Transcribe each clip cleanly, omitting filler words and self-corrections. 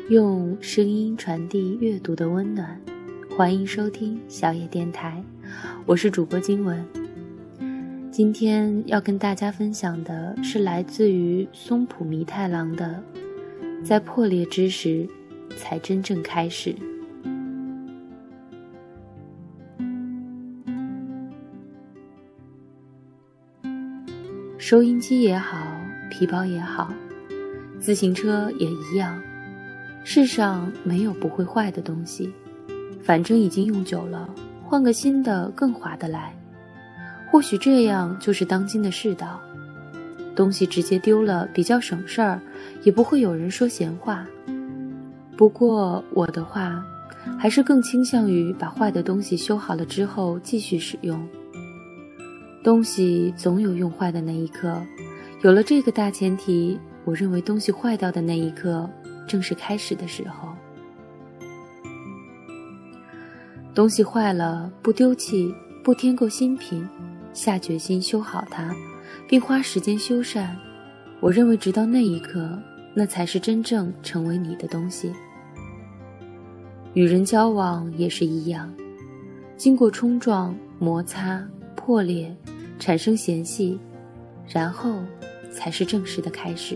用声音传递阅读的温暖，欢迎收听小野电台，我是主播金文。今天要跟大家分享的是来自于松浦弥太郎的《在破裂之时才真正开始》。收音机也好，皮包也好，自行车也一样，世上没有不会坏的东西，反正已经用久了，换个新的更划得来。或许这样就是当今的世道，东西直接丢了比较省事儿，也不会有人说闲话。不过我的话，还是更倾向于把坏的东西修好了之后继续使用。东西总有用坏的那一刻，有了这个大前提，我认为东西坏掉的那一刻正是开始的时候。东西坏了，不丢弃，不添购新品，下决心修好它，并花时间修缮，我认为直到那一刻，那才是真正成为你的东西。与人交往也是一样，经过冲撞、摩擦、破裂，产生嫌隙，然后才是正式的开始。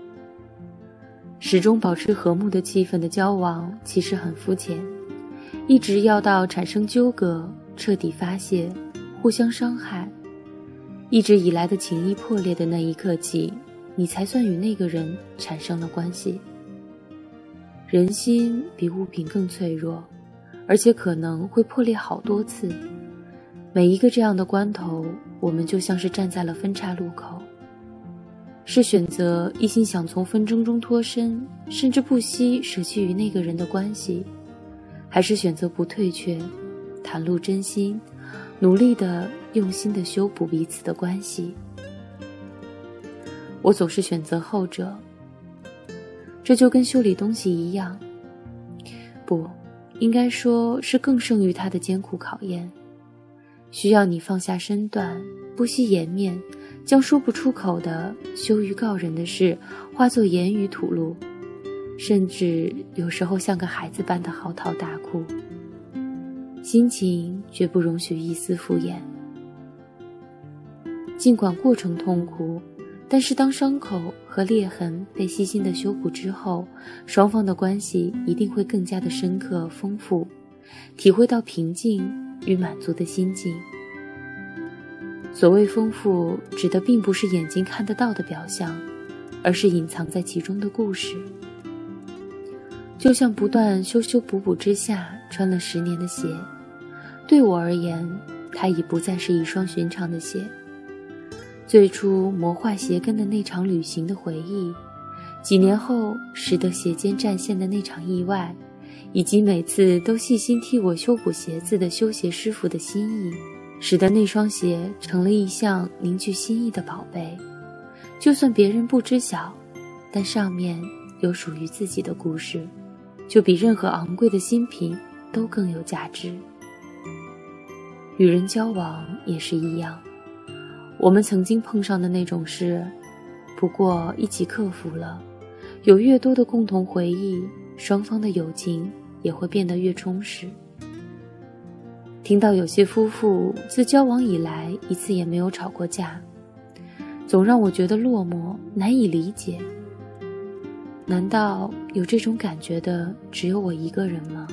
始终保持和睦的气氛的交往其实很肤浅，一直要到产生纠葛，彻底发泄，互相伤害，一直以来的情谊破裂的那一刻起，你才算与那个人产生了关系。人心比物品更脆弱，而且可能会破裂好多次。每一个这样的关头，我们就像是站在了分岔路口，是选择一心想从纷争中脱身，甚至不惜舍弃与那个人的关系，还是选择不退却，袒露真心，努力地用心地修补彼此的关系。我总是选择后者，这就跟修理东西一样，不，应该说是更胜于它的艰苦考验，需要你放下身段，不惜颜面，将说不出口的羞于告人的事化作言语吐露，甚至有时候像个孩子般的嚎啕大哭，心情绝不容许一丝敷衍。尽管过程痛苦，但是当伤口和裂痕被细心的修补之后，双方的关系一定会更加的深刻丰富，体会到平静与满足的心境。所谓丰富，指的并不是眼睛看得到的表象，而是隐藏在其中的故事。就像不断修修补补之下穿了10年的鞋，对我而言，它已不再是一双寻常的鞋。最初磨坏鞋跟的那场旅行的回忆，几年后使得鞋尖战线的那场意外，以及每次都细心替我修补鞋子的修鞋师傅的心意，使得那双鞋成了一项凝聚心意的宝贝。就算别人不知晓，但上面有属于自己的故事，就比任何昂贵的新品都更有价值。与人交往也是一样，我们曾经碰上的那种事，不过一起克服了，有越多的共同回忆，双方的友情也会变得越充实。听到有些夫妇自交往以来一次也没有吵过架，总让我觉得落寞，难以理解。难道有这种感觉的只有我一个人吗？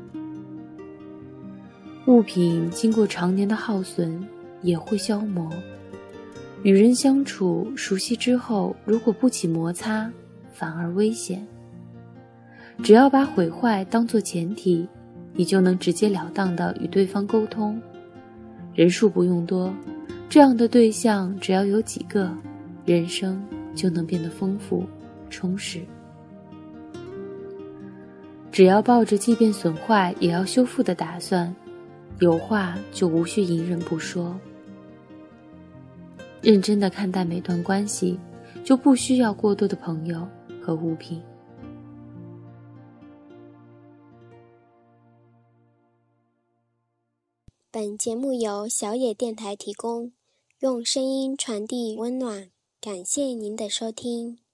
物品经过常年的耗损也会消磨，与人相处熟悉之后，如果不起摩擦，反而危险。只要把毁坏当作前提，你就能直截了当地与对方沟通。人数不用多，这样的对象只要有几个，人生就能变得丰富充实。只要抱着即便损坏也要修复的打算，有话就无需隐忍不说。认真地看待每段关系，就不需要过多的朋友和物品。 本节目由小野电台提供，用声音传递温暖，感谢您的收听。